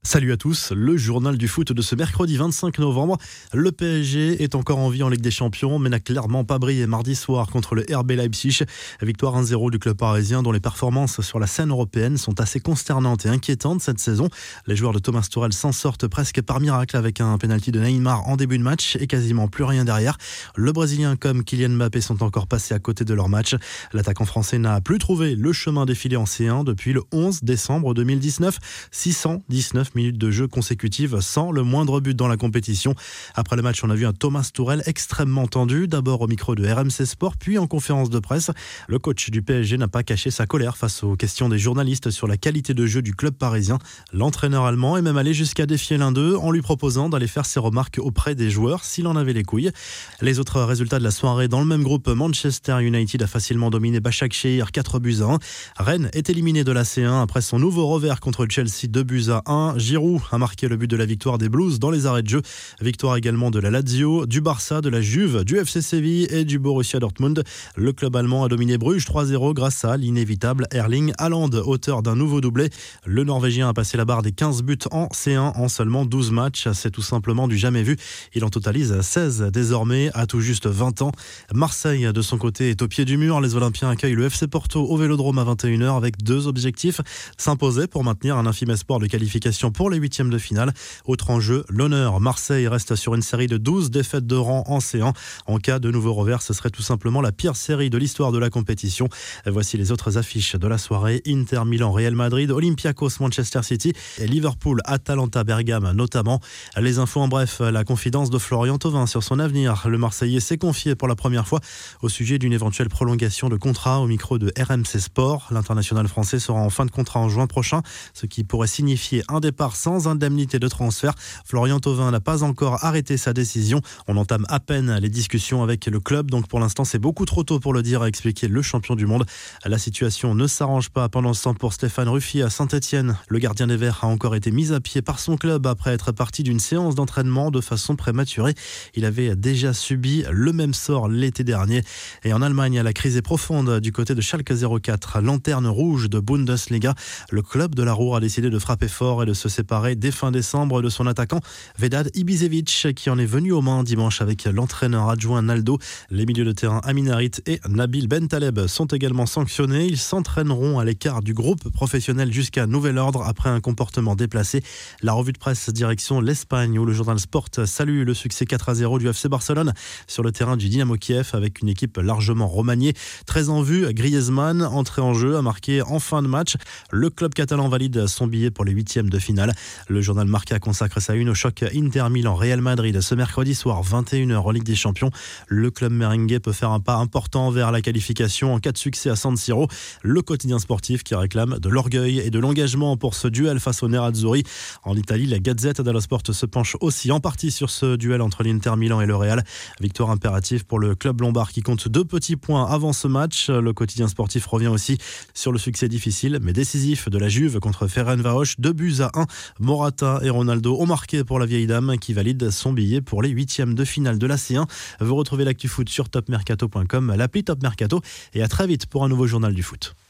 Salut à tous, le journal du foot de ce mercredi 25 novembre. Le PSG est encore en vie en Ligue des Champions, mais n'a clairement pas brillé mardi soir contre le RB Leipzig. Victoire 1-0 du club parisien dont les performances sur la scène européenne sont assez consternantes et inquiétantes cette saison. Les joueurs de Thomas Tuchel s'en sortent presque par miracle avec un pénalty de Neymar en début de match et quasiment plus rien derrière. Le Brésilien comme Kylian Mbappé sont encore passés à côté de leur match. L'attaquant français n'a plus trouvé le chemin défilé en C1 depuis le 11 décembre 2019. 619 minutes de jeu consécutives sans le moindre but dans la compétition. Après le match, on a vu un Thomas Tuchel extrêmement tendu, d'abord au micro de RMC Sport, puis en conférence de presse. Le coach du PSG n'a pas caché sa colère face aux questions des journalistes sur la qualité de jeu du club parisien. L'entraîneur allemand est même allé jusqu'à défier l'un d'eux en lui proposant d'aller faire ses remarques auprès des joueurs s'il en avait les couilles. Les autres résultats de la soirée dans le même groupe, Manchester United a facilement dominé Başakşehir 4-1. Rennes est éliminé de la C1 après son nouveau revers contre Chelsea 2-1. Giroud a marqué le but de la victoire des Blues dans les arrêts de jeu. Victoire également de la Lazio, du Barça, de la Juve, du FC Séville et du Borussia Dortmund. Le club allemand a dominé Bruges 3-0 grâce à l'inévitable Erling Haaland, auteur d'un nouveau doublé. Le Norvégien a passé la barre des 15 buts en C1 en seulement 12 matchs. C'est tout simplement du jamais vu. Il en totalise 16 désormais à tout juste 20 ans. Marseille, de son côté, est au pied du mur. Les Olympiens accueillent le FC Porto au Vélodrome à 21h avec deux objectifs. S'imposer pour maintenir un infime espoir de qualification pour les huitièmes de finale. Autre enjeu, l'honneur. Marseille reste sur une série de 12 défaites de rang en C1. En cas de nouveau revers, ce serait tout simplement la pire série de l'histoire de la compétition. Voici les autres affiches de la soirée. Inter Milan, Real Madrid, Olympiakos, Manchester City et Liverpool, Atalanta, Bergame notamment. Les infos en bref, la confidence de Florian Thauvin sur son avenir. Le Marseillais s'est confié pour la première fois au sujet d'une éventuelle prolongation de contrat au micro de RMC Sport. L'international français sera en fin de contrat en juin prochain, ce qui pourrait signifier un départ sans indemnité de transfert. Florian Thauvin n'a pas encore arrêté sa décision. On entame à peine les discussions avec le club, donc pour l'instant c'est beaucoup trop tôt pour le dire, a expliqué le champion du monde. La situation ne s'arrange pas pendant ce temps pour Stéphane Ruffier à Saint-Etienne. Le gardien des Verts a encore été mis à pied par son club après être parti d'une séance d'entraînement de façon prématurée. Il avait déjà subi le même sort l'été dernier. Et en Allemagne, la crise est profonde du côté de Schalke 04, lanterne rouge de Bundesliga. Le club de la Ruhr a décidé de frapper fort et de se séparer dès fin décembre de son attaquant Vedad Ibišević qui en est venu aux mains dimanche avec l'entraîneur adjoint Naldo. Les milieux de terrain Amin Harit et Nabil Bentaleb sont également sanctionnés. Ils s'entraîneront à l'écart du groupe professionnel jusqu'à nouvel ordre après un comportement déplacé. La revue de presse direction l'Espagne où le journal Sport salue le succès 4-0 du FC Barcelone sur le terrain du Dynamo Kiev avec une équipe largement remaniée. Très en vue, Griezmann, entré en jeu, a marqué en fin de match. Le club catalan valide son billet pour les huitièmes de finale. Le journal Marca consacre sa une au choc Inter Milan-Real Madrid ce mercredi soir 21h en Ligue des Champions. Le club merengue peut faire un pas important vers la qualification en cas de succès à San Siro. Le quotidien sportif qui réclame de l'orgueil et de l'engagement pour ce duel face au Nerazzurri. En Italie, la Gazette dello Sport se penche aussi en partie sur ce duel entre l'Inter Milan et le Real. Victoire impérative pour le club lombard qui compte 2 petits points avant ce match. Le quotidien sportif revient aussi sur le succès difficile mais décisif de la Juve contre Ferencváros 2-1. Morata et Ronaldo ont marqué pour la vieille dame qui valide son billet pour les huitièmes de finale de la C1. Vous retrouvez l'actu foot sur topmercato.com, l'appli Top Mercato et à très vite pour un nouveau journal du foot.